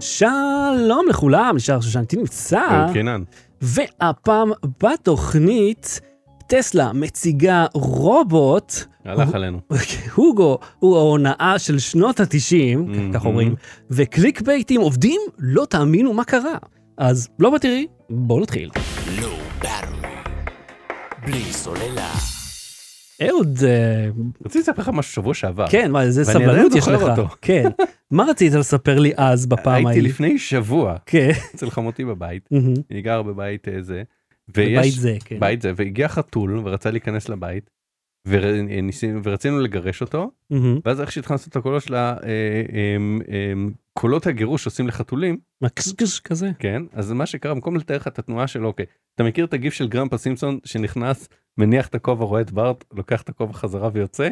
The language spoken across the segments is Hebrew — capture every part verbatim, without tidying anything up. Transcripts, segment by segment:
שלום לכולם, נשאר שושנתי נמצא, והפעם בתוכנית טסלה מציגה רובוט, הלך עלינו. הוגו הוא ההונאה של שנות ה-תשעים, כך אומרים, וקליק בייטים עובדים, לא תאמינו מה קרה. אז לא בתראי, בואו נתחיל. לא ברור, בלי סוללה. אהוד, רציתי לספר לך משהו שבוע שעבר. כן, מה, איזה סבלנות יש לך. כן. מה רצית לספר לי אז בפעם ההיא? הייתי לפני שבוע, כן. אצל חמותי בבית, אני גר בבית זה, בבית זה, כן. בית זה, והגיע חתול ורצה להיכנס לבית, ורצינו לגרש אותו, ואז איך שהתחנסנו את הקולות של קולות הגירוש עושים לחתולים. מקסקס כזה. כן, אז מה שקרה, במקום לתאר לך את התנועה שלו, אוקיי, אתה מכיר את הגיף של גרמפה סימפסון שנכנס, מניח את הכובע, רואה את בארט, לוקח את הכובע חזרה ויוצא?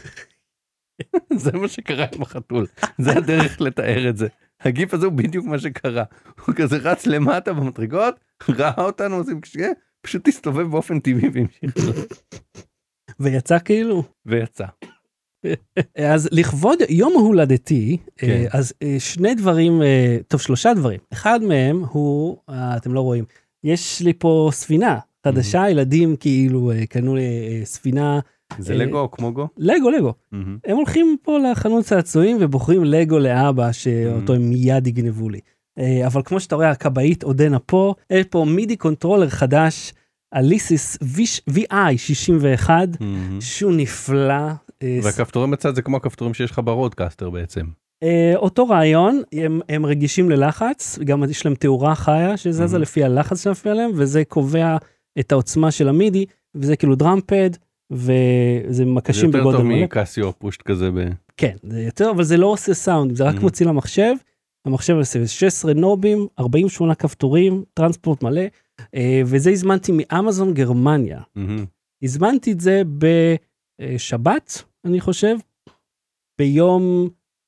זה מה שקרה עם החתול, זה הדרך לתאר את זה. הגיף הזה הוא בדיוק מה שקרה, הוא כזה רץ למטה במדרגות, ראה אותנו, עושים קשה, פשוט הסתובב באופן טבעי והמשיך. ויצא כאילו? ויצא. אז לכבוד יום הולדתי, אז שני דברים, טוב שלושה דברים, אחד מהם הוא, אתם לא רואים, יש לי פה ספינה חדשה, ילדים כאילו קנו ספינה. זה לגו כמו גו? לגו, לגו. הם הולכים פה לחנות צעצועים ובוחרים לגו לאבא שאותו הם מיד יגנבו לי. אבל כמו שאתה רואה, הקבעית עודנה פה, יש פה מידי קונטרולר חדש, אליסיס וי איי שישים ואחת, שהוא נפלא. והכפתורים בצד זה כמו הכפתורים שיש לך ברודקאסטר בעצם. אותו רעיון, הם רגישים ללחץ, גם יש להם תאורה חיה שזזה לפי הלחץ שמפעיל עליהם, וזה קובע את העוצמה של המידי, וזה כאילו דראמפד, וזה מקשים בגודל מלא. זה יותר טוב מקסיו פושט כזה ב... כן, זה יותר, אבל זה לא עושה סאונד, זה רק מוציא למחשב, המחשב עושה שש עשרה נובים, ארבעים ושמונה כפתורים, טרנספורט מלא, וזה הזמנתי מאמזון גרמניה. הזמנתי את זה בשבת, אני חושב, ביום,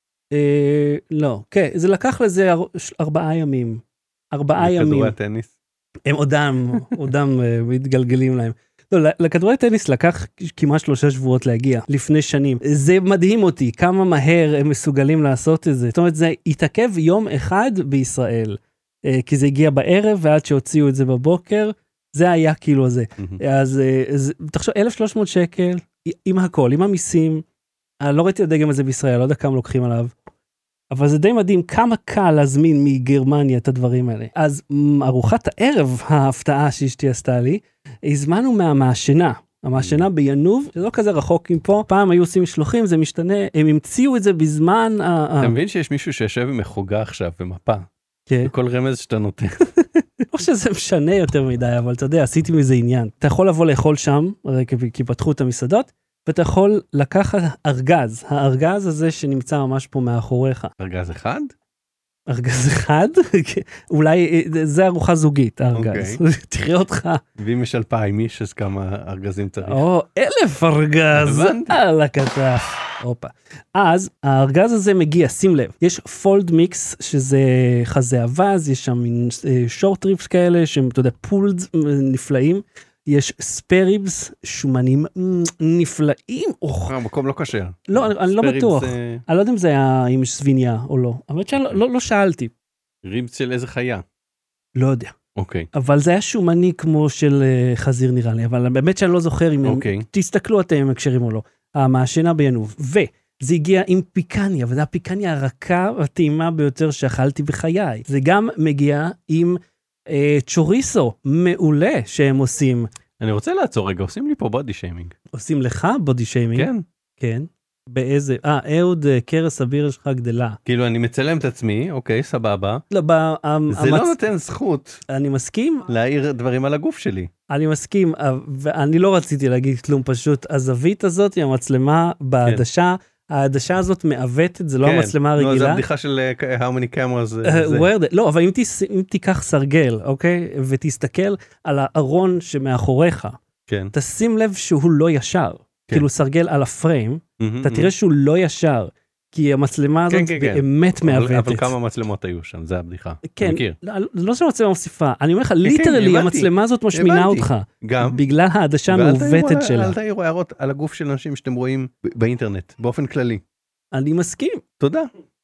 לא, כן, זה לקח לזה ארבעה ימים. ארבעה ימים. לכדורי הטניס? הם עודם, עודם מתגלגלים להם. לא, לכדורי טניס לקח כמעט שלושה שבועות להגיע, לפני שנים. זה מדהים אותי, כמה מהר הם מסוגלים לעשות את זה. זאת אומרת, זה התעכב יום אחד בישראל, כי זה הגיע בערב, ועד שהוציאו את זה בבוקר, זה היה כאילו זה. אז, אז תחשוב, אלף ושלוש מאות שקל, עם הכל, עם המיסים, אני לא ראיתי הדגם הזה בישראל, לא יודע כמה לוקחים עליו, אבל זה די מדהים כמה קל להזמין מגרמניה את הדברים האלה. אז ארוחת הערב, ההפתעה שאשתי עשתה לי, הזמנו מהמעשנה, המעשנה בינוב, שזה לא כזה רחוק עם פה, פעם היו עושים משלוחים, זה משתנה, הם המציאו את זה בזמן... אתה מבין שיש מישהו שיושב עם מחוגה עכשיו ומפה? כן. וכל רמז שאתה נותן. לא שזה משנה יותר מדי, אבל אתה יודע, עשיתי מזה עניין. אתה יכול לבוא לאכול שם, כי פתחו את המסעדות, ואתה יכול לקחת ארגז, הארגז הזה שנמצא ממש פה מאחוריך. ארגז אחד? ארגז אחד? אולי, זה ארוחה זוגית, הארגז. תראה אותך. ואם יש אלפיים איש, אז כמה ארגזים צריך? או, אלף ארגז. על הקטע. אופה. אז, הארגז הזה מגיע, שים לב, יש פולד מיקס, שזה חזה אבז, יש שם שורט ריפס כאלה, שהם, אתה יודע, פולד נפלאים. יש ספריבס, שומנים נפלאים. מקום לא קשה. לא, אני לא בטוח. אני לא יודע אם זה היה עם סביניה או לא. אבל לא שאלתי. ריבס של איזה חיה? לא יודע. אוקיי. אבל זה היה שומני כמו של חזיר נראה לי. אבל באמת שאני לא זוכר אם הם... תסתכלו אתם אם הקשרים או לא. המעשנה בינוב. וזה הגיע עם פיקניה, וזו הפיקניה הרכה והטעימה ביותר שאכלתי בחיי. זה גם מגיע עם... צ'וריסו מעולה שהם עושים. אני רוצה לעצור רגע, עושים לי פה בודי שיימינג. עושים לך בודי שיימינג? כן. כן. באיזה, אה, אהוד, קרס אביר שלך גדלה. כאילו אני מצלם את עצמי, אוקיי, סבבה. לא, ב... זה לא נותן זכות. אני מסכים. להעיר דברים על הגוף שלי. אני מסכים, ואני לא רציתי להגיד כלום פשוט. הזווית הזאת, המצלמה בעדשה, העדשה הזאת מעוותת, זה לא המצלמה הרגילה. נו, זו הבדיחה של how many cameras. לא, אבל אם תיקח סרגל, אוקיי, ותסתכל על הארון שמאחוריך, תשים לב שהוא לא ישר, כאילו סרגל על הפריים, אתה תראה שהוא לא ישר, כי המצלמה הזאת באמת מעוותת. אבל כמה מצלמות היו שם, זה הבדיחה. כן, לא שהמצלמה מוסיפה, אני אומר לך, ליטרלי המצלמה הזאת משמינה אותך, בגלל העדשה המעוותת שלה. אל תעירו הערות על הגוף של אנשים שאתם רואים באינטרנט, באופן כללי. אני מסכים. תודה.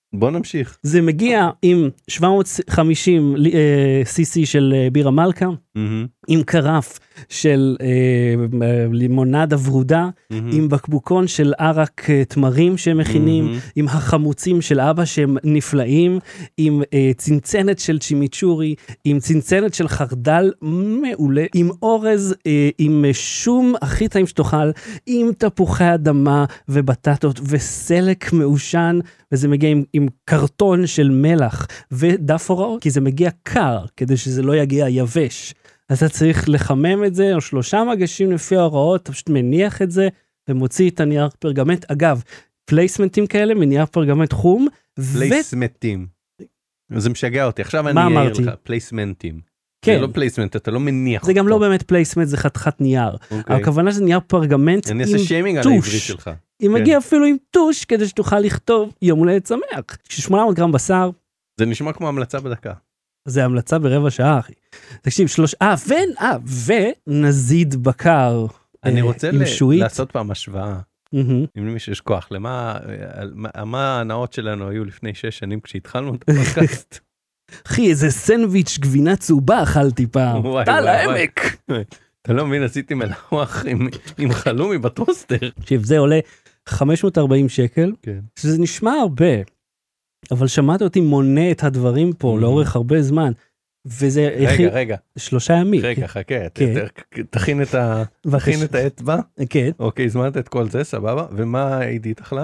בוא נמשיך. זה מגיע עם שבע מאות וחמישים סי סי של אה, בירה מלכה, מהמם, עם קרף של אה, אה, לימונדה ורודה, מהמם, עם בקבוקון של ערק אה, תמרים שהם מכינים, מהמם. עם החמוצים של אבא שהם נפלאים, עם אה, צנצנת של צ'ימיצ'ורי, עם צנצנת של חרדל מעולה, עם אורז, אה, עם אה, שום הכי טעים שתאכל, עם תפוחי אדמה ובטטות וסלק מעושן, וזה מגיע עם, עם קרטון של מלח ודף הוראות, כי זה מגיע קר, כדי שזה לא יגיע יבש. אז אתה צריך לחמם את זה, או שלושה מגשים לפי ההוראות, אתה פשוט מניח את זה, ומוציא את הנייר פרגמנט. אגב, פלייסמנטים כאלה, מנייר פרגמנט חום, ו... פלייסמנטים. זה משגע אותי. עכשיו אני מה אעיר אמרתי? לך, פלייסמנטים. כן. זה לא פלייסמנט, אתה לא מניח זה גם אותו. לא באמת פלייסמנט, זה חתיכת נייר. אוקיי. הכוונה שזה נייר פרגמנט אני עם אעשה שיימינג על טוש. העברית שלך. אם כן. מגיע אפילו עם טוש, כדי שתוכל לכתוב יום הולדת שמח. שמונה מאות גרם בשר, זה נשמע כמו המלצה בדקה. זה המלצה ברבע שעה, אחי. תקשיב, שלוש... אה, ו... אה, ונזיד בקר. אני אה, רוצה עם ל- שועית. לעשות פעם השוואה, מהמם. אם למי שיש כוח, למה על- מה- מה הנאות שלנו היו לפני שש שנים כשהתחלנו את הפודקאסט. אחי, איזה סנדוויץ' גבינה צהובה אכלתי פעם. וואי, טל וואי, העמק. אתה לא מבין, עשיתי מלאוח עם- עם חלומי בטוסטר. תקשיב, זה עולה חמש מאות וארבעים שקל, כן. שזה נשמע הרבה, אבל שמעת אותי מונה את הדברים פה Mhm. לאורך הרבה זמן, וזה רגע, הכי- רגע, שלושה ימים. רגע, חכה, ת- כן. ת- תכין את ה- בבקשה. תכין את האצבע. כן, אוקיי, הזמנת את כל זה, סבבה. ומה עידית אכלה?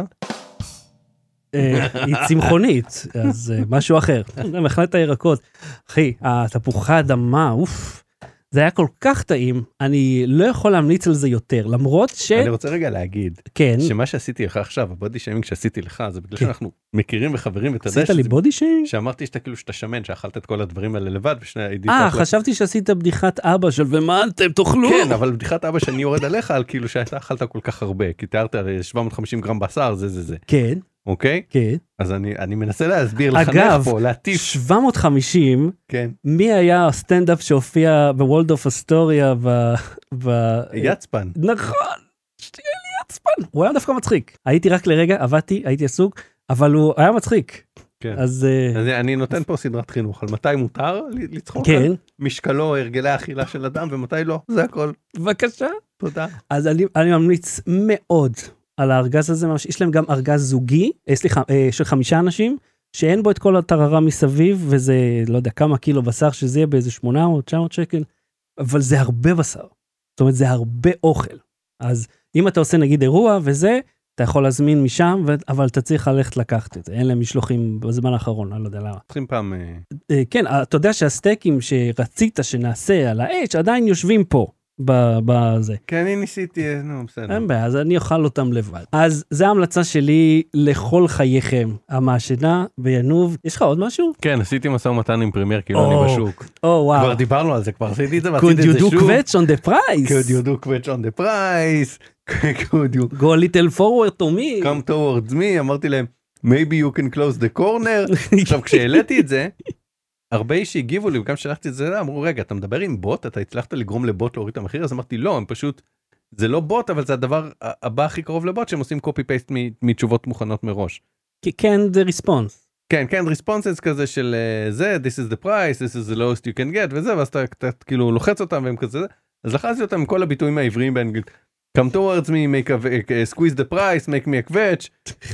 אה, היא צמחונית, אז אה, משהו אחר. זה מחלת הירקות. אחי, התפוחי אדמה, אוף, זה היה כל כך טעים, אני לא יכול להמליץ על זה יותר, למרות ש... אני רוצה רגע להגיד, כן, שמה שעשיתי לך עכשיו, הבודי שיימינג שעשיתי לך, זה בגלל כן. שאנחנו מכירים וחברים, ואתה יודע עשית לי שזה- בודי שיימינג? שאמרתי שאתה כאילו שאתה שמן, שאכלת את כל הדברים האלה לבד, ושני עידית אה, אכלה- חשבתי שעשית בדיחת אבא של ומה אתם תאכלו? כן, אבל בדיחת אבא שאני יורד עליך, על כאילו שאתה אכלת כל כך הרבה, כי תיארת על שבע מאות וחמישים גרם בשר, זה זה זה, כן, אוקיי? כן. אז אני אני מנסה להסביר, אגב, לחנך פה, להטיף, שבע מאות וחמישים, כן, מי היה הסטנדאפ שהופיע בוולדורף אסטוריה ב... ב... יצפן, נכון, שתהיה לי עצפן. הוא היה דווקא מצחיק. הייתי רק לרגע, עבדתי, הייתי עסוק, אבל הוא היה מצחיק. כן. אז אה, אז אני נותן פה סדרת חינוך, על מתי מותר ל- לצחוק, כן, על משקלו, הרגלי האכילה של אדם, ומתי לא, זה הכל, בבקשה. תודה. אז אני, אני ממליץ מאוד על הארגז הזה, ממש, יש להם גם ארגז זוגי, אה, סליחה, אה, של חמישה אנשים, שאין בו את כל הטררה מסביב, וזה, לא יודע, כמה קילו בשר, שזה יהיה באיזה שמונה מאות תשע מאות שקל, אבל זה הרבה בשר. זאת אומרת, זה הרבה אוכל. אז אם אתה עושה נגיד אירוע וזה, אתה יכול להזמין משם, ו... אבל אתה צריך ללכת לקחת את זה. אין להם משלוחים בזמן האחרון, אני לא יודע למה. צריכים פעם, אה, אה, כן, אתה יודע שהסטייקים שרצית שנעשה על האש, עדיין יושבים פה, ב- בזה. כן, אני ניסיתי, אה, נו, בסדר. אין בעיה, אז אני אוכל אותם לבד. אז זו ההמלצה שלי לכל חייכם. המעשנה בינוב. יש לך עוד משהו? כן, עשיתי משא ומתן עם פרימייר, כאילו או, אני בשוק. או כבר וואו. דיברנו על זה, כבר עשיתי את זה, Could ועשיתי את you זה do שוב. quetch on the price? Could you do quetch on the price? Could you Go a little forward to me. come towards me? אמרתי להם, maybe you can close the corner. עכשיו, כשהעליתי את זה, הרבה שהגיבו לי, וגם שלחתי את זה, אמרו, רגע, אתה מדבר עם בוט? אתה הצלחת לגרום לבוט להוריד את המחיר? אז אמרתי, לא, הם פשוט, זה לא בוט, אבל זה הדבר הבא הכי קרוב לבוט, שהם עושים copy-paste מתשובות מוכנות מראש. כן, the response. כן, כן, responses כזה של uh, זה, this is the price, this is the lowest you can get, וזה, ואז אתה, אתה כאילו לוחץ אותם והם כזה, אז לחצתי אותם עם כל הביטויים העבריים באנגלית. Come towards me, make a, uh, squeeze the price, make me a quetch.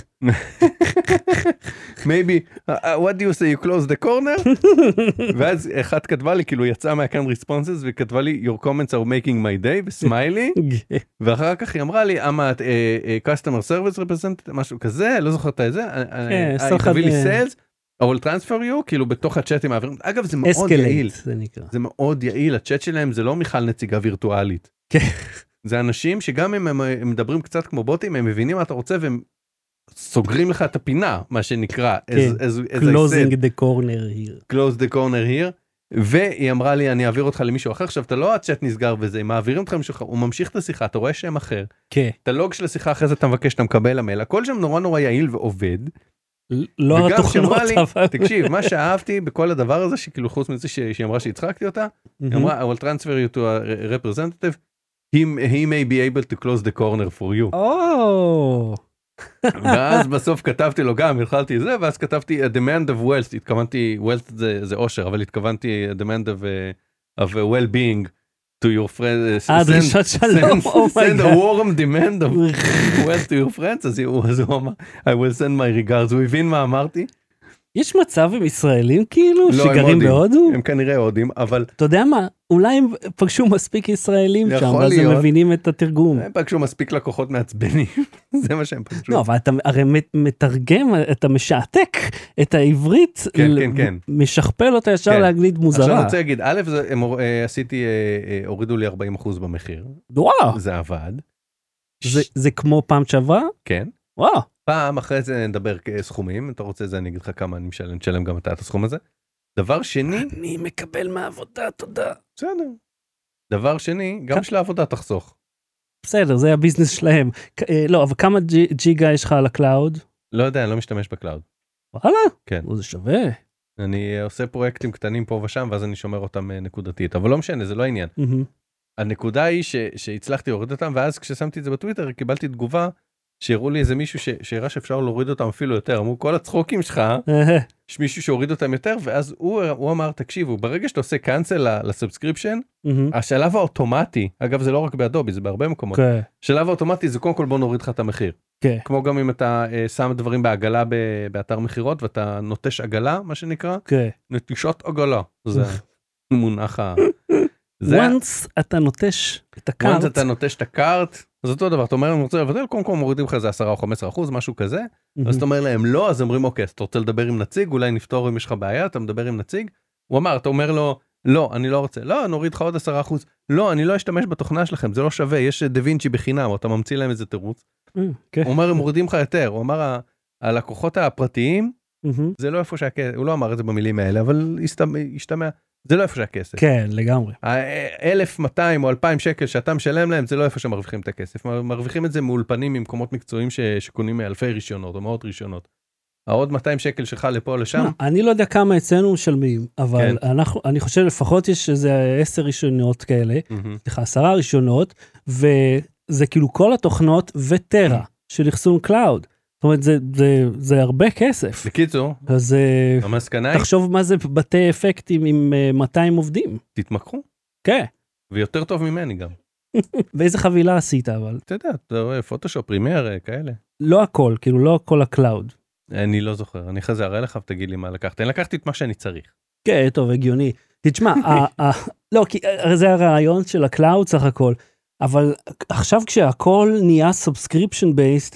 Maybe, uh, uh, what do you say, you close the corner? ואז אחת כתבה לי, כאילו יצאה מהכאן responses, וכתבה לי, your comments are making my day, וסמיילי, ואחר כך היא אמרה לי, I'm a uh, uh, customer service representative, משהו כזה, לא זוכרת את זה, כן, היא תביא לי סוחר- sales, I will transfer you, כאילו בתוך הצ'אטים מעבירים, אגב זה מאוד יעיל, אסקלייט, זה נקרא. זה מאוד יעיל, הצ'אט שלהם זה לא מיכל נציגה וירטואלית. כן. זה אנשים שגם אם הם, הם מדברים קצת כמו בוטים, הם מבינים מה אתה רוצה והם סוגרים לך את הפינה, מה שנקרא, כן. as, as, as I Closing said, the corner here. close the corner here, והיא אמרה לי, אני אעביר אותך למישהו אחר, עכשיו אתה לא הצ'אט נסגר וזה, הם מעבירים אותך למישהו אחר, הוא ממשיך את השיחה, אתה רואה שם אחר, כן. את הלוג של השיחה אחרי זה אתה מבקש, אתה מקבל למייל, הכל שם נורא נורא יעיל ועובד, לא וגם התוכנות, שאמרה לי, אבל... תקשיב, מה שאהבתי בכל הדבר הזה, שכאילו חוץ מזה ש- שהיא אמרה שהצחקתי אותה, היא אמרה, I will transfer you to a representative, he, he may be able to close the corner for you. או, ואז בסוף כתבתי לו גם, התחלתי זה, ואז כתבתי a demand of wealth, התכוונתי, wealth זה, זה אושר, אבל התכוונתי a demand of, uh, of a well-being to your friends. אה, דרישת שלום, send a warm demand of wealth to your friends, אז הוא, אז הוא אמר, I will send my regards, הוא הבין מה אמרתי. יש מצב עם ישראלים כאילו, לא, שגרים בהודו? הם כנראה הודים, אבל... אתה יודע מה, אולי הם פגשו מספיק ישראלים שם, ואז הם מבינים את התרגום. הם פגשו מספיק לקוחות מעצבנים, זה מה שהם פגשו. לא, אבל אתה הרי מתרגם, אתה משעתק את העברית, כן, כן, כן. משכפל אותה ישר לאנגלית מוזרה. עכשיו אני רוצה להגיד, א', עשיתי, הורידו לי ארבעים אחוז במחיר. וואו. זה עבד. זה כמו פעם שעברה? כן. וואו. פעם אחרי זה נדבר סכומים, אתה רוצה זה, אני אגיד לך כמה אני משלם, נשלם גם אתה את הסכום הזה. דבר שני... אני מקבל מהעבודה, תודה. בסדר. דבר שני, גם של העבודה תחסוך. בסדר, זה הביזנס שלהם. לא, אבל כמה ג'יגה יש לך על הקלאוד? לא יודע, אני לא משתמש בקלאוד. וואלה? כן. זה שווה. אני עושה פרויקטים קטנים פה ושם, ואז אני שומר אותם נקודתית, אבל לא משנה, זה לא העניין. הנקודה היא שהצלחתי להוריד אותם, ואז כששמתי את זה בטוויטר, קיבלתי תגובה שהראו לי איזה מישהו שהראה שאפשר להוריד אותם אפילו יותר, אמרו כל הצחוקים שלך, יש מישהו שהוריד אותם יותר, ואז הוא, הוא אמר, תקשיבו, ברגע שאתה עושה קאנסל לסאבסקריפשן, השלב האוטומטי, אגב זה לא רק באדובי, זה בהרבה מקומות, השלב האוטומטי זה קודם כל בוא נוריד לך את המחיר, כמו גם אם אתה שם דברים בעגלה באתר מחירות, ואתה נוטש עגלה, מה שנקרא, נטישות עגלה, זה מונח ה... once אתה נוטש את הקארט, once אתה נוטש את הקארט, אז אותו דבר, אתה אומר, אני רוצה לבטל, קודם כל מורידים לך איזה עשרה או חמישה עשר אחוז, משהו כזה, אז אתה אומר להם לא, אז אומרים, אוקיי, אז אתה רוצה לדבר עם נציג, אולי נפתור אם יש לך בעיה, אתה מדבר עם נציג, הוא אמר, אתה אומר לו, לא, אני לא רוצה, לא, נוריד לך עוד עשרה אחוז, לא, אני לא אשתמש בתוכנה שלכם, זה לא שווה, יש דה וינצ'י בחינם, או אתה ממציא להם איזה תירוץ, הוא אומר, הם מורידים לך יותר, הוא אמר, הלקוחות הפרטיים, זה לא איפה שהכסף, הוא לא אמר את זה במילים האלה, אבל השתמע, זה לא איפה שהכסף. כן, לגמרי. ה-אלף מאתיים או אלפיים שקל שאתה משלם להם, זה לא איפה שמרוויחים את הכסף. מרוויחים את זה מאולפנים ממקומות מקצועיים שקונים מאלפי רישיונות או מאות רישיונות. העוד מאתיים שקל שלך לפה או לשם. אני לא יודע כמה אצלנו משלמים, אבל אנחנו, אני חושב לפחות יש איזה עשר רישיונות כאלה, סליחה, עשרה רישיונות, וזה כאילו כל התוכנות וטרה של אחסון קלאוד. זאת אומרת, זה, זה, זה הרבה כסף. בקיצור, אז המסקנה היא... תחשוב מה זה בתי אפקטים עם מאתיים עובדים. תתמקחו. כן. ויותר טוב ממני גם. ואיזה חבילה עשית אבל? אתה יודע, אתה רואה, פוטושופ, פרימייר, כאלה. לא הכל, כאילו לא כל הקלאוד. אני לא זוכר, אני אחרי זה אראה לך ותגיד לי מה לקחת. אני לקחתי את מה שאני צריך. כן, טוב, הגיוני. תשמע, לא, כי זה הרעיון של הקלאוד סך הכל, אבל עכשיו כשהכל נהיה subscription based,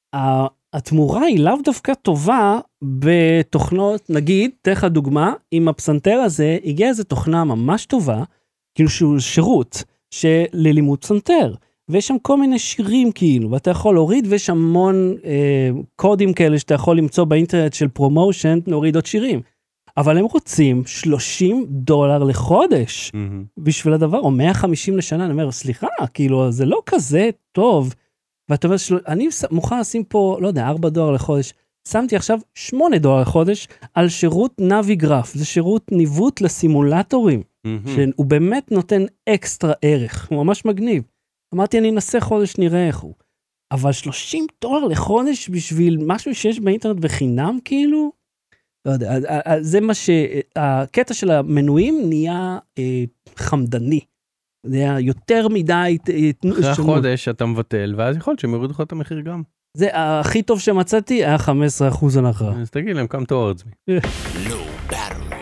התמורה היא לאו דווקא טובה בתוכנות, נגיד, תלך דוגמה, עם הפסנתר הזה הגיעה איזו תוכנה ממש טובה, כאילו שהוא שירות ללימוד פסנתר, ויש שם כל מיני שירים כאילו, ואתה יכול להוריד, ויש המון אה, קודים כאלה שאתה יכול למצוא באינטרנט של פרומושן, להוריד עוד שירים. אבל הם רוצים שלושים דולר לחודש, mm-hmm. בשביל הדבר, או מאה וחמישים לשנה, אני אומר, סליחה, כאילו, זה לא כזה טוב, ואתה אומר, של... אני מוכן לשים פה, לא יודע, ארבעה דולר לחודש, שמתי עכשיו שמונה דולר לחודש, על שירות נביגרף, זה שירות ניווט לסימולטורים, mm-hmm. שהוא באמת נותן אקסטרה ערך, הוא ממש מגניב. אמרתי, אני אנסה חודש, נראה איך הוא. אבל שלושים דולר לחודש בשביל משהו שיש באינטרנט בחינם, כאילו? לא יודע, זה מה ש... הקטע של המנויים נהיה אה, חמדני. זה היה יותר מדי... אחרי החודש אתה מבטל, ואז יכול להיות שהם יורידו לך את המחיר גם. זה הכי טוב שמצאתי, היה חמישה עשר אחוז הנחה. אז תגיד להם, come towards me. Low battery.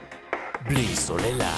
בלי סוללה.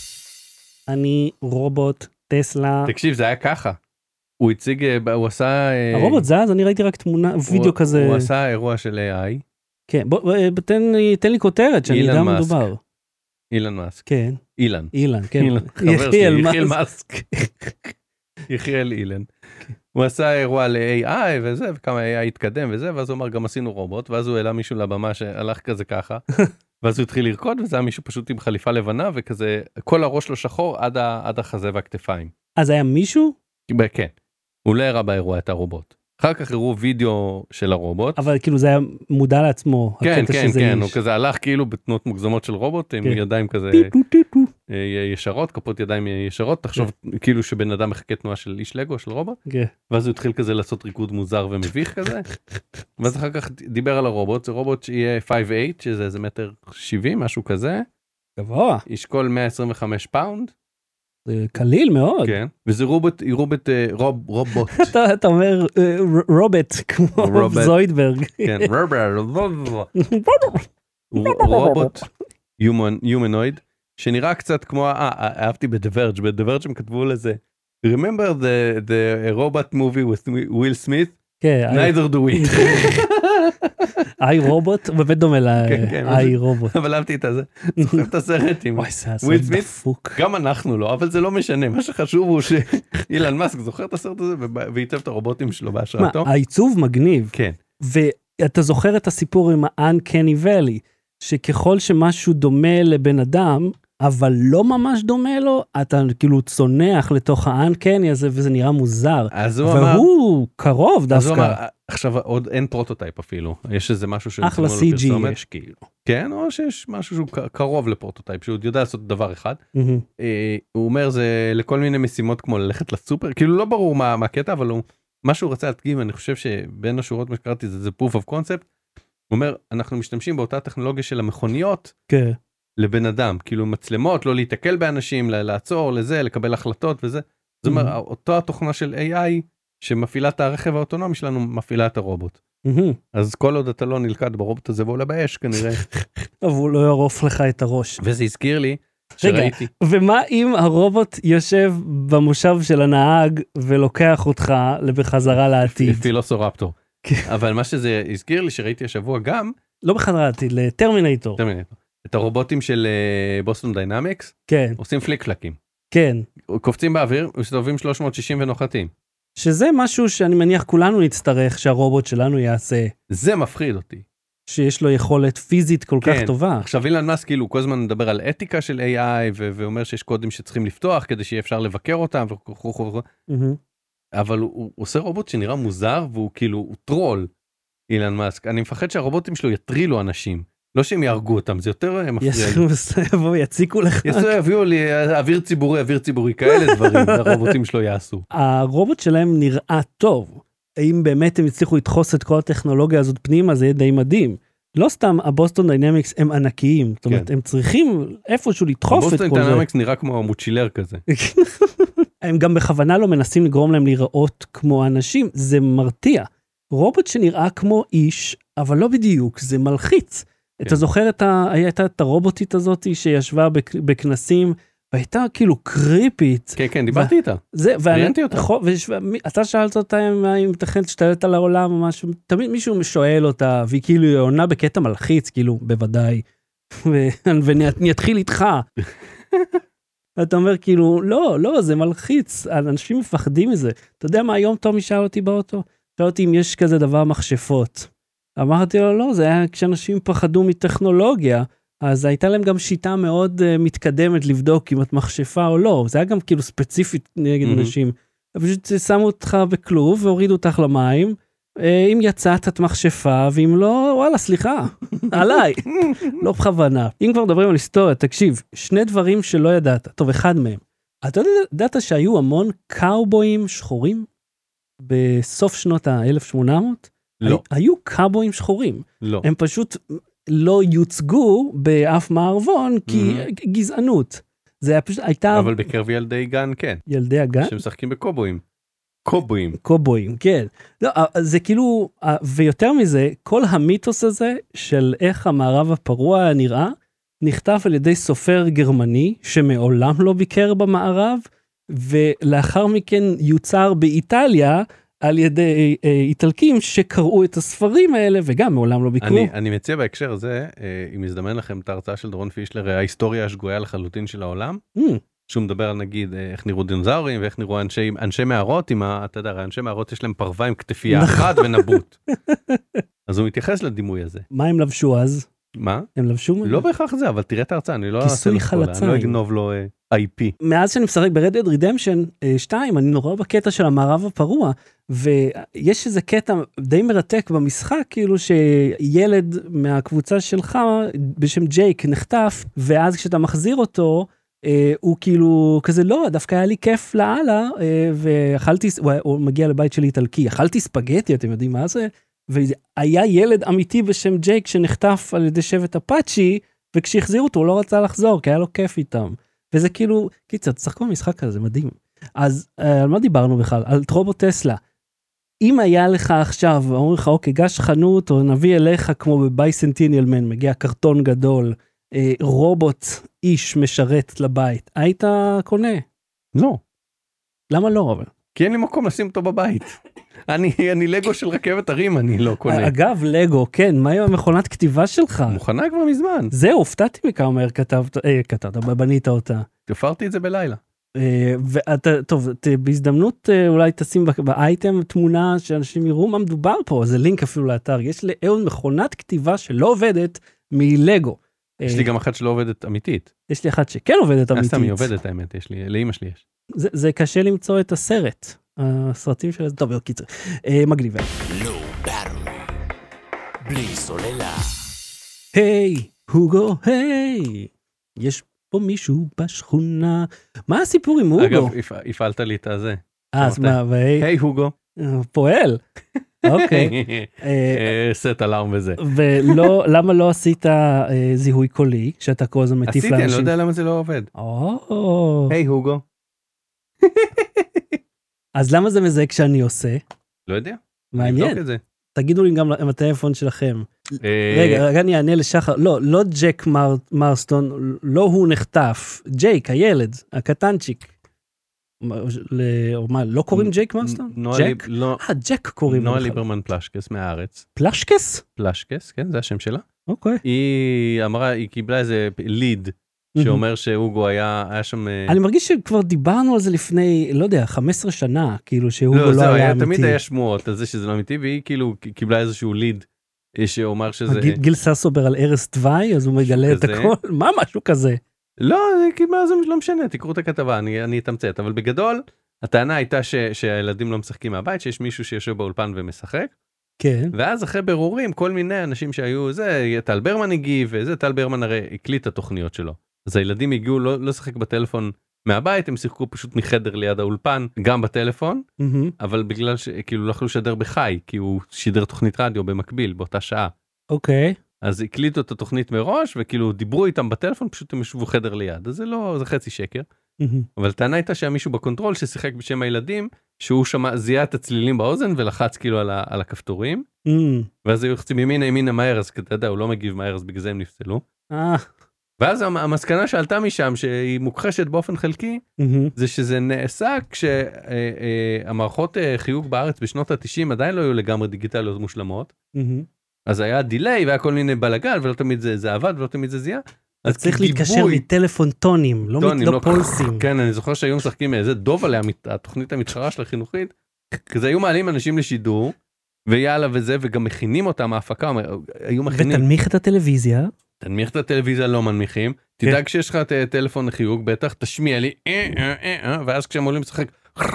אני רובוט טסלה. תקשיב, זה היה ככה. הוא הציג, הוא עשה... הרובוט זז, אני ראיתי רק תמונה, וידאו כזה. הוא עשה אירוע של איי איי. כן, בוא, תן לי כותרת, שאני יודע מה מדובר. אילן מאסק. כן. אילן. אילן, כן. חבר שלי, יחיאל מאסק. יחיאל אילן. הוא עשה אירוע ל-איי איי וזה, וכמה איי איי התקדם וזה, ואז הוא אמר, גם עשינו רובוט, ואז הוא העלה מישהו לבמה שהלך כזה ככה, ואז הוא התחיל לרקוד, וזה היה מישהו פשוט עם חליפה לבנה, וכזה, כל הראש לו שחור עד, ה, עד החזה והכתפיים. אז היה מישהו? כן. הוא לא הראה באירוע את הרובוט. אחר כך הראו וידאו של הרובוט. אבל כאילו זה היה מודע לעצמו. כן, כן, כן. הוא כזה הלך כאילו בתנועות מוגזמות של רובוט, עם ידיים כזה ישרות, כפות ידיים ישרות, תחשוב כאילו שבן אדם מחכה תנועה של איש לגו, של רובוט, ואז הוא התחיל כזה לעשות ריקוד מוזר ומביך כזה, ואז אחר כך דיבר על הרובוט, זה רובוט שיהיה חמש שמונה, שזה איזה מטר שבעים, משהו כזה, גבוה, ישקול מאה עשרים וחמש פאונד, זה קליל מאוד, כן, וזה רובוט, רובוט, רוב, רובוט, אתה אומר רובוט, כמו זוידברג, כן, רובוט, יומנויד, שנראה קצת כמו, אה, אהבתי בדברג' בדברג' הם כתבו לזה, remember the, the robot movie with Will Smith? כן. neither do we. איי רובוט, הוא באמת דומה לאיי רובוט. אבל אהבתי את זה, זוכר את הסרט עם וויל סמית, גם אנחנו לא, אבל זה לא משנה, מה שחשוב הוא שאילן מאסק זוכר את הסרט הזה, ועיצב את הרובוטים שלו בהשראתו. העיצוב מגניב. כן. ואתה זוכר את הסיפור עם ה-Uncanny Valley, שככל שמשהו דומה לבן אדם, אבל לא ממש דומה לו, אתה כאילו צונח לתוך ה-Uncanny הזה, וזה נראה מוזר. והוא קרוב דווקא. עכשיו עוד אין פרוטוטייפ אפילו, יש איזה משהו אחלה סי ג'י יש כאילו. כן, או שיש משהו שהוא קרוב לפרוטוטייפ, שהוא יודע לעשות דבר אחד. הוא אומר זה לכל מיני משימות כמו ללכת לסופר, כאילו לא ברור מה הקטע, אבל מה שהוא רצה להדגים, אני חושב שבין השורות מה שקראתי זה proof of concept, הוא אומר, אנחנו משתמשים באותה טכנולוגיה של המכוניות, כן. לבן אדם, כאילו מצלמות, לא להתקל באנשים, לעצור, לזה, לקבל החלטות וזה. זאת אומרת, אותו התוכנה של איי איי, שמפעילה את הרכב האוטונומי שלנו, מפעילה את הרובוט. אז כל עוד אתה לא נלכד ברובוט הזה, ועולה באש כנראה. אבל הוא לא יערוף לך את הראש. וזה הזכיר לי, שראיתי. ומה אם הרובוט יושב במושב של הנהג, ולוקח אותך בחזרה לעתיד? פילוסורפטור. אבל מה שזה הזכיר לי, שראיתי השבוע גם, לא בחזרה לעתיד, לטרמינטור. טרמינטור. את הרובוטים של בוסטון דיינמיקס, כן. עושים פליק פלקים. כן. קופצים באוויר, מסתובבים שלוש מאות שישים ונוחתים. שזה משהו שאני מניח כולנו נצטרך שהרובוט שלנו יעשה. זה מפחיד אותי. שיש לו יכולת פיזית כל כן. כך טובה. עכשיו אילן מאסק כאילו כל הזמן מדבר על אתיקה של איי איי, ו- ואומר שיש קודים שצריכים לפתוח כדי שיהיה אפשר לבקר אותם, וכו' mm-hmm. אבל הוא, הוא עושה רובוט שנראה מוזר, והוא כאילו, הוא טרול, אילן מאסק. אני מפחד שהרובוטים שלו יטרילו אנשים. לא שהם יהרגו אותם, זה יותר מפריע לי. יציקו לך. יביאו לי אוויר ציבורי, אוויר ציבורי, כאלה דברים, הרובוטים שלו יעשו. הרובוט שלהם נראה טוב. האם באמת הם הצליחו לדחוס את כל הטכנולוגיה הזאת פנימה, זה יהיה די מדהים. לא סתם הבוסטון דיינמיקס הם ענקיים, זאת אומרת, הם צריכים איפשהו לדחוף את כל זה. הבוסטון דיינמיקס נראה כמו מוצ'ילר כזה. הם גם בכוונה לא מנסים לגרום להם להיראות כמו אנשים, זה מרתיע. רובוט שנראה כמו איש, אבל לא בדיוק, זה מלחיץ. אתה זוכר את ה... הייתה את הרובוטית הזאת שישבה בכנסים, והייתה כאילו קריפית. כן, כן, דיברתי איתה. ראיינתי אותה. אתה שאלת אותה אם תכן להשתלט על העולם או משהו, תמיד מישהו שואל אותה, והיא כאילו עונה בקטע מלחיץ, כאילו, בוודאי. ואני אתחיל איתך. ואתה אומר כאילו, לא, לא, זה מלחיץ, אנשים מפחדים מזה. אתה יודע מה, היום תומי שאל אותי באוטו? שאל אותי אם יש כזה דבר מכשפות. אמרתי לו, לא, זה היה כשאנשים פחדו מטכנולוגיה, אז הייתה להם גם שיטה מאוד uh, מתקדמת לבדוק אם את מכשפה או לא, זה היה גם כאילו ספציפית נגד mm-hmm. אנשים, פשוט שמו אותך בכלוב והורידו אותך למים, uh, אם יצאת את מכשפה, ואם לא, וואלה, סליחה, עליי, לא בכוונה. אם כבר מדברים על היסטוריה, תקשיב, שני דברים שלא ידעת, טוב, אחד מהם, אתה ידעת שהיו המון קאובויים שחורים, בסוף שנות ה-אלף שמונה מאות? לא. היו קאובויים שחורים. לא. הם פשוט לא יוצגו באף מערבון, כי mm-hmm. גזענות. זה היה פשוט, הייתה... אבל בקרב ילדי גן, כן. ילדי הגן? שמשחקים בקובויים. קובויים. קובויים, כן. לא, זה כאילו, ויותר מזה, כל המיתוס הזה של איך המערב הפרוע נראה, נכתב על ידי סופר גרמני, שמעולם לא ביקר במערב, ולאחר מכן יוצר באיטליה, על ידי אה, איטלקים שקראו את הספרים האלה, וגם מעולם לא ביקרו. אני, אני מציע בהקשר הזה, אה, אם יזדמן לכם את ההרצאה של דורון פישלר, ההיסטוריה השגויה לחלוטין של העולם, mm. שהוא מדבר על נגיד, אה, איך נראו דינוזאורים, ואיך נראו אנשי, אנשי מערות, עם ה, אתה יודע, אנשי מערות יש להם פרווה עם כתפייה אחת ונבוט. אז הוא מתייחס לדימוי הזה. מה הם לבשו אז? מה? הם לבשו? לא בהכרח זה, אבל תראה את ההרצאה, אני לא כיסוי חלציים. אני לא אגנוב לו איי פי. מאז שאני משחק ב-Red Dead Redemption שתיים, אני נורא בקטע של המערב הפרוע, ויש איזה קטע די מרתק במשחק, כאילו שילד מהקבוצה שלך, בשם ג'ייק, נחטף, ואז כשאתה מחזיר אותו, אה, הוא כאילו כזה לא, דווקא היה לי כיף לאללה, אה, ואכלתי, הוא, הוא מגיע לבית שלי איטלקי, אכלתי ספגטי, אתם יודעים מה זה? והיה ילד אמיתי בשם ג'ייק שנחטף על ידי שבט אפאצ'י, וכשהחזירו אותו הוא לא רצה לחזור, כי היה לו כיף איתם. וזה כאילו, קיצר, תשחקו במשחק הזה, מדהים. אז על מה דיברנו בכלל? על טרובו טסלה. אם היה לך עכשיו, אומרים לך, אוקיי, גש חנות, או נביא אליך כמו בבייסנטיניאל מן, מגיע קרטון גדול, אה, רובוט איש משרת לבית, היית קונה? לא. למה לא, אבל? כי אין לי מקום לשים אותו בבית. אני, אני לגו של רכבת הרים, אני לא קונה. אגב, לגו, כן, מה עם המכונת כתיבה שלך? מוכנה כבר מזמן. זהו, הופתעתי מכמה מהר כתבת, אה, כתבת, בנית אותה. תפרתי את זה בלילה. אה, ואתה, טוב, ת, בהזדמנות אה, אולי תשים באייטם תמונה שאנשים יראו מה מדובר פה, זה לינק אפילו לאתר, יש לאהוד מכונת כתיבה שלא עובדת מלגו. יש לי גם אחת שלא עובדת אמיתית. יש לי אחת שכן עובדת אמיתית. סתם היא עובדת האמת, יש לי, לאמא שלי יש. זה, זה קשה למצוא את הסרט, הסרטים של זה, טוב, קיצר, אה, מגניבה. לא באטרי, בלי סוללה. היי, הוגו, היי, יש פה מישהו בשכונה, מה הסיפור עם הוגו? אגב, הפעלת לי את הזה. אה, אז מה, והי? היי הוגו. פועל. אוקיי. סט אלארם וזה. ולא, למה לא עשית זיהוי קולי, שאתה כל הזמן מטיף לאנשים? עשיתי, אני לא יודע למה זה לא עובד. היי הוגו. אז למה זה מזה כשאני עושה? לא יודע. מעניין. תגידו לי גם עם הטלפון שלכם. רגע, רגע אני אענה לשחר. לא, לא ג'ק מרסטון, לא הוא נחטף. ג'ייק, הילד, הקטנצ'יק. מה, לא קוראים ג'ייק מרסטון? ג'ק? אה, ג'ק קוראים. נועה ליברמן פלשקס מהארץ. פלשקס? פלשקס, כן, זה השם שלה. אוקיי. היא אמרה, היא קיבלה איזה ליד, שאומר שהוגו היה, היה שם... אני מרגיש שכבר דיברנו על זה לפני, לא יודע, חמש עשרה שנה, כאילו שהוגו לא, לא היה אמיתי. תמיד היה שמועות על זה שזה לא אמיתי, והיא כאילו קיבלה איזשהו ליד, שאומר שזה... גיל, גיל ססובר על ארס טוואי, אז הוא מגלה את הכל, מה משהו כזה? לא, כאילו, זה לא משנה, תקראו את הכתבה, אני, אני אתמצת, אבל בגדול, הטענה הייתה ש, שהילדים לא משחקים מהבית, שיש מישהו שיושב באולפן ומשחק, כן. ואז אחרי בירורים, כל מיני אנשים שהיו, זה, טל ברמן הגיב, וזה, טל ברמן הרי הקליט את התוכניות שלו. אז הילדים הגיעו לא, לא לשחק בטלפון מהבית, הם שיחקו פשוט מחדר ליד האולפן, גם בטלפון, mm-hmm. אבל בגלל שכאילו לא יכלו לשדר בחי, כי הוא שידר תוכנית רדיו במקביל, באותה שעה. אוקיי. Okay. אז הקליטו את התוכנית מראש, וכאילו דיברו איתם בטלפון, פשוט הם ישבו חדר ליד. אז זה לא, זה חצי שקר. Mm-hmm. אבל טענה הייתה שהיה מישהו בקונטרול ששיחק בשם הילדים, שהוא שמע, זיהה את הצלילים באוזן ולחץ כאילו על, ה, על הכפתורים. Mm-hmm. ואז היו חצים ימינה ימינה מהר, אז אתה יודע, הוא לא מגיב מהר, אז בגלל זה הם נפסלו. אה. ואז המסקנה שעלתה משם, שהיא מוכחשת באופן חלקי, mm-hmm. זה שזה נעשה כשהמערכות חיוג בארץ בשנות ה-תשעים עדיין לא היו לגמרי דיגיטליות מושלמות. Mm-hmm. אז היה דיליי והיה כל מיני בלגל, ולא תמיד זה, זה עבד, ולא תמיד זה זיהה. אז צריך להתקשר מטלפון טונים, לא, טונים, לא, לא פולסים. כן, אני זוכר שהיו משחקים איזה דוב עליה, התוכנית המתחרה של החינוכית, כזה היו מעלים אנשים לשידור, ויאללה וזה, וגם מכינים אותם, ההפקה, היו מכינים. ותנמיך את הטלוויזיה. תנמיך את הטלוויזיה, לא מנמיכים. כן. תדאג שיש לך טלפון לחיוג, בטח תשמיע לי, אה, אה, אה, ואז כשהם עולים לשחק,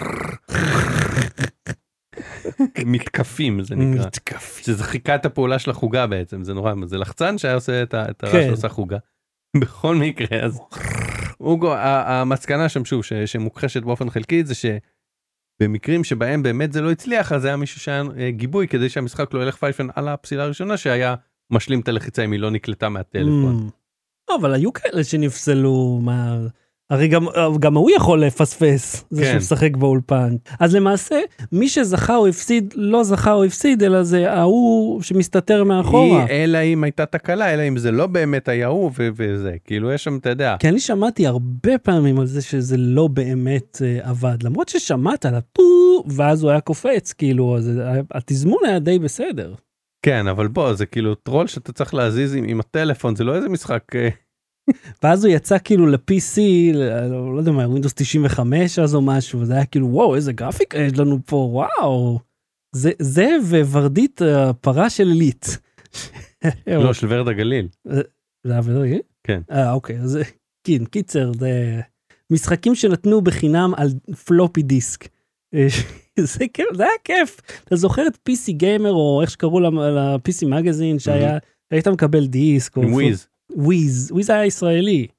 מתקפים זה נקרא. מתקפים. שזה חיכה את הפעולה של החוגה בעצם, זה נורא, זה לחצן שהיה עושה את הרעש שעושה חוגה. בכל מקרה, אז אוגו, המסקנה שם שוב, שמוכחשת באופן חלקי, זה שבמקרים שבהם באמת זה לא הצליח, אז היה מישהו שהיה גיבוי, כדי שהמשחק לא ילך פייפן על הפסילה הראשונה, שהיה משלים את הלחיצה אם היא לא נקלטה מהטלפון. אבל היו כאלה שנפסלו מה... הרי גם, גם הוא יכול לפספס, זה כן. שמשחק באולפן. אז למעשה, מי שזכה או הפסיד, לא זכה או הפסיד, אלא זה ההוא שמסתתר מאחורה. היא, אלא אם הייתה תקלה, אלא אם זה לא באמת היה הוא ו- וזה, כאילו יש שם, אתה יודע. כי אני שמעתי הרבה פעמים על זה שזה לא באמת uh, עבד, למרות ששמעת על הטו, ואז הוא היה קופץ, כאילו, אז התזמון היה די בסדר. כן, אבל בוא, זה כאילו טרול שאתה צריך להזיז עם, עם הטלפון, זה לא איזה משחק... ואז הוא יצא כאילו ל-פי סי, לא, לא יודע מה, ווינדוס תשעים וחמש אז או משהו, וזה היה כאילו, וואו, איזה גרפיקה יש לנו פה, וואו. זה, זה וורדית הפרה של אליט. לא, של ורד הגליל. זה היה ורד הגליל? כן. אה, אוקיי, אז כן, קיצר, זה משחקים שנתנו בחינם על פלופי דיסק. זה כיף, זה היה כיף. אתה זוכר את פי סי גיימר, או איך שקראו ל-פי סי מגזין, שהיה, היית מקבל דיסק. עם וויז. וויז, וויז היה ישראלי. כן.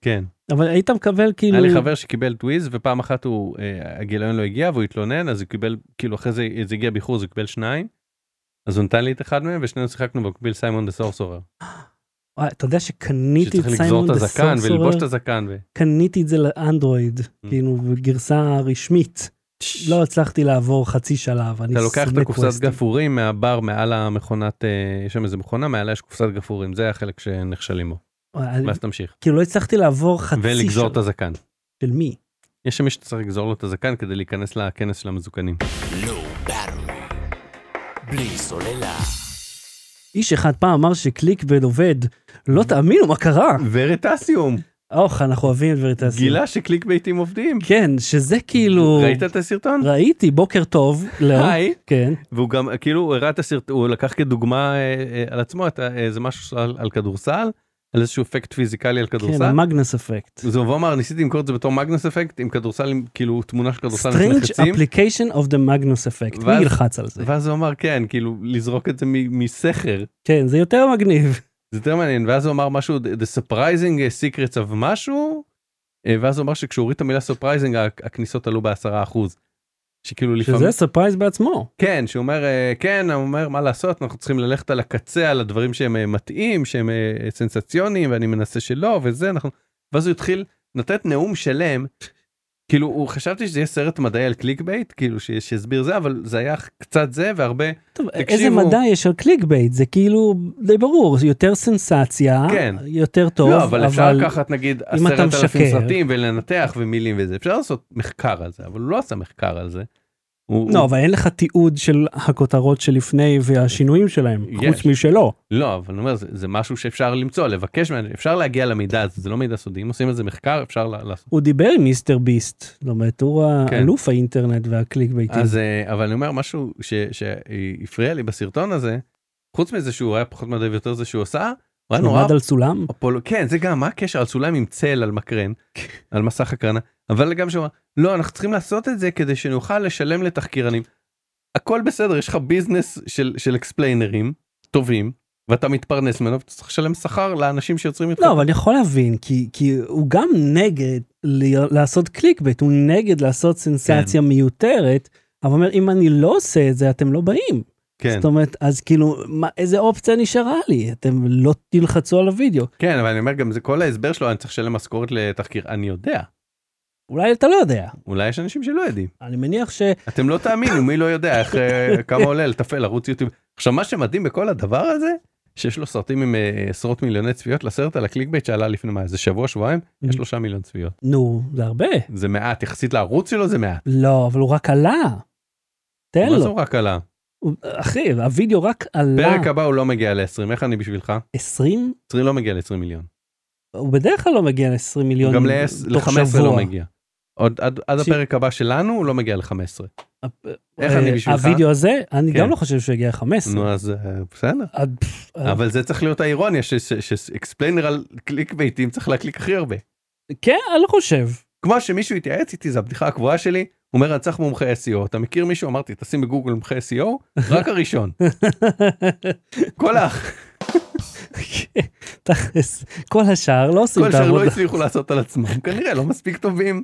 אבל היית מקבל כאילו... היה לי חבר שקיבל טוויז, ופעם אחת הוא, הגיליון לא הגיע, והוא התלונן, אז הוא קיבל, כאילו אחרי זה, זה הגיע באיחור, אז הוא קיבל שניים, אז הוא נתן לי את אחד מהם, ושנינו שיחקנו במקביל סיימון דה סורסורר. אתה יודע שקניתי את שצריך סיימון לגזור את דה הזקן, וללבוש את סורסורר, הזקן. קניתי את זה לאנדרואיד, כאילו בגרסה רשמית. לא הצלחתי לעבור חצי שלב. אתה לוקח את הקופסת גפורים מהבר מעל המכונת, יש שם איזה מכונה, מעלה יש קופסת גפורים, זה החלק שנכשלים בו. ואז תמשיך. כאילו לא הצלחתי לעבור חצי שלב. ולגזור את הזקן. של מי? יש שם מי שצריך לגזור לו את הזקן כדי להיכנס לכנס של המזוקנים. בלי סוללה. איש אחד פעם אמר שקליקבייט עובד, לא תאמינו מה קרה. ורטסיום. אוח, אנחנו אוהבים את ורטסיום. גילה שקליקבייטים עובדים. כן, שזה כאילו... ראית את הסרטון? ראיתי, בוקר טוב. היי. כן. והוא גם, כאילו, הוא הראה את הסרטון, הוא לקח כדוגמה על עצמו, איזה משהו על כדורסל, על איזשהו אפקט פיזיקלי על כדורסל. כן, המגנס אפקט. הוא אמר, ניסיתי למכור את זה בתור מגנס אפקט, עם כדורסל, כאילו, תמונה של כדורסל נחצים. Strange application of the magnus effect. מי ילחץ על זה? ואז הוא אמר, כן, כאילו, לזרוק את זה מסכר. כן, זה יותר מגניב. זה יותר מעניין, ואז הוא אמר משהו, the surprising secrets of משהו, ואז הוא אמר שכשהוא הוריד את המילה surprising, הכניסות עלו בעשרה אחוז. שכאילו לפעמים... שזה סרפרייז בעצמו. כן, שהוא אומר, כן, הוא אומר, מה לעשות, אנחנו צריכים ללכת על הקצה, על הדברים שהם מתאים, שהם סנסציוניים, ואני מנסה שלא, וזה, אנחנו... ואז הוא התחיל לתת נאום שלם, כאילו, הוא חשבתי שזה יהיה סרט מדעי על קליקבייט, כאילו, שיסביר זה, אבל זה היה קצת זה, והרבה... טוב, איזה מדע יש על קליקבייט? זה כאילו, די ברור, יותר סנסציה, כן. יותר טוב, לא, אבל אפשר לקחת, נגיד, עשרת אלפים משקר. סרטים, ולנתח ומילים וזה, אפשר לעשות מחקר על זה, אבל הוא לא עשה מחקר על זה. הוא, לא, הוא... אבל אין לך תיעוד של הכותרות שלפני והשינויים שלהם, יש. חוץ משלו. לא, אבל אני אומר, זה, זה משהו שאפשר למצוא, לבקש, אפשר להגיע למידע הזה, זה לא מידע סודי, אם עושים את זה מחקר, אפשר לעשות. הוא דיבר עם מיסטר ביסט, זאת אומרת, הוא כן. האלוף האינטרנט והקליקבייטים. אז, אבל אני אומר, משהו ש, שהפריע לי בסרטון הזה, חוץ מזה שהוא היה פחות מדהים יותר זה שהוא עשה, הוא היה נורא... עמד על סולם? אפול... כן, זה גם, מה הקשר? על סולם עם צל, על מקרן, על מסך הקרנה, אבל גם שהוא אמר, לא, אנחנו צריכים לעשות את זה כדי שנוכל לשלם לתחקירנים. הכל בסדר, יש לך ביזנס של, של אקספליינרים טובים, ואתה מתפרנס ממנו, ואתה צריך לשלם שכר לאנשים שיוצרים איתך. לא, אבל אני יכול להבין, כי, כי הוא גם נגד לעשות קליקבייט, הוא נגד לעשות סנסציה כן. מיותרת, אבל אומר, אם אני לא עושה את זה, אתם לא באים. כן. זאת אומרת, אז כאילו, מה, איזה אופציה נשארה לי? אתם לא תלחצו על הוידאו. כן, אבל אני אומר, גם זה כל ההסבר שלו, אני צריך לשלם משכורת לתחקיר, אני יודע. אולי אתה לא יודע. אולי יש אנשים שלא יודעים. אני מניח ש... אתם לא תאמינו, מי לא יודע איך, כמה עולה לתפעל, ערוץ יוטיוב. עכשיו, מה שמדהים בכל הדבר הזה, שיש לו סרטים עם עשרות מיליוני צפיות, לסרט על הקליקבייט שעלה לפני מה, זה שבוע, שבועיים, יש שלושה מיליון צפיות. נו, זה הרבה. זה מעט, יחסית לערוץ שלו זה מעט. לא, אבל הוא רק עלה. תן לו. מה זה הוא רק עלה? אחי, הווידאו רק עלה. פרק הבא הוא לא מגיע ל-עשרים, איך אני בשבילך? עשרים? עשרים לא מגיע ל-עשרים מיליון. הוא בדרך כלל לא מגיע ל-עשרים מיליון גם ל-חמש עשרה לא מגיע. עוד עד, עד הפרק הבא שלנו הוא לא מגיע ל-חמש עשרה. איך אני בשבילך? הווידאו הזה, אני גם לא חושב שהוא יגיע ל-חמש עשרה. נו, אז בסדר. אבל זה צריך להיות האירוניה, שאקספליינר על קליקבייטים צריך להקליק הכי הרבה. כן, אני לא חושב. כמו שמישהו התייעץ איתי, זו הבדיחה הקבועה שלי, הוא אומר, אני צריך מומחה אס אי או, אתה מכיר מישהו? אמרתי, תשים בגוגל מומחה אס אי או, רק הראשון. כל האח. כל השאר לא עושים את העבודה. כל השאר לא הצליחו לעשות על עצמם, כנראה לא מספיק טובים.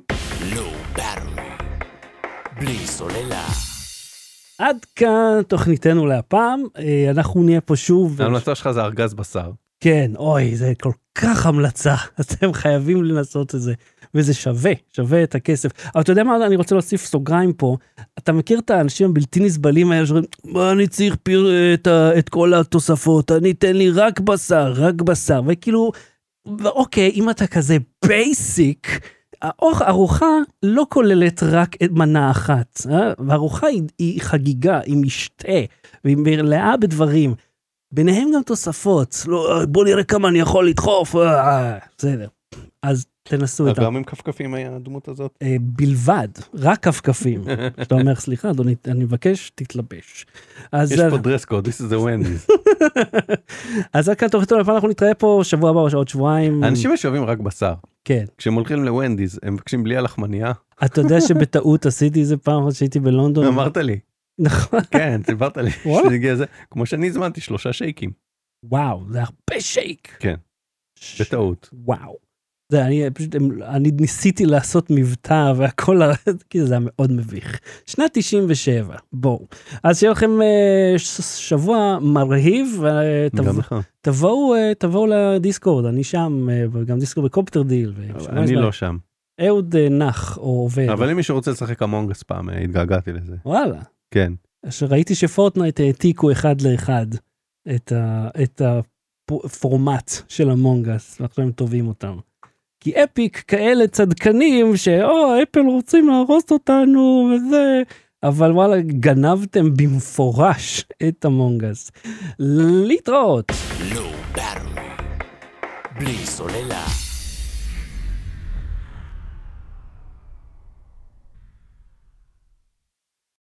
בלי סוללה. עד כאן תוכניתנו להפעם, אנחנו נהיה פה שוב. ההמלצה שלך זה ארגז בשר. כן, אוי, זה כל כך המלצה, אתם חייבים לנסות את זה, וזה שווה, שווה את הכסף. אבל אתה יודע מה, אני רוצה להוסיף סוגריים פה, אתה מכיר את האנשים הבלתי נסבלים האלה, שאומרים, מה אני צריך פיר, את, את כל התוספות, אני תן לי רק בשר, רק בשר, וכאילו, אוקיי, אם אתה כזה בייסיק, הארוחה לא כוללת רק מנה אחת, אה? והארוחה היא, היא חגיגה, היא משתה, והיא מלאה בדברים, ביניהם גם תוספות, לא, בוא נראה כמה אני יכול לדחוף, אה, בסדר. אז תנסו את ה... גם עם כפכפים היה הדמות הזאת? אה, בלבד, רק כפכפים. שאתה אומר, סליחה, אדוני, אני מבקש, תתלבש. אז, יש פה דרס קוד, this is the Wendy's. אז עד כאן תוכניתנו, אנחנו נתראה פה שבוע הבא או עוד שבועיים. אנשים משאבים רק בשר. כן. כשהם הולכים לוונדיז, הם מבקשים בלי הלחמניה. אתה יודע שבטעות עשיתי איזה פעם שהייתי בלונדון? אמרת לי. נכון. כן, סיפרת לי. כמו שאני הזמנתי שלושה שייקים. וואו, זה הרבה שייק. כן, בטעות. וואו. זה, אני פשוט, אני ניסיתי לעשות מבטא והכל, כי זה היה מאוד מביך. שנת תשעים ושבע, בואו. אז שיהיה לכם שבוע מרהיב, תבואו, תבואו לדיסקורד, אני שם, וגם דיסקורד בקופטר דיל. אני לא שם. אהוד נח או עובד. אבל אם מישהו רוצה לשחק אמונג אס פעם, התגעגעתי לזה. וואלה. כן. ראיתי שפורטנייט העתיקו אחד לאחד את הפורמט של אמונג אס, ועכשיו הם טובים אותם. כי אפיק כאלה צדקנים שאו, אפל רוצים להרוס אותנו וזה, אבל וואלה, גנבתם במפורש את אמונג אס. להתראות. בלי סוללה.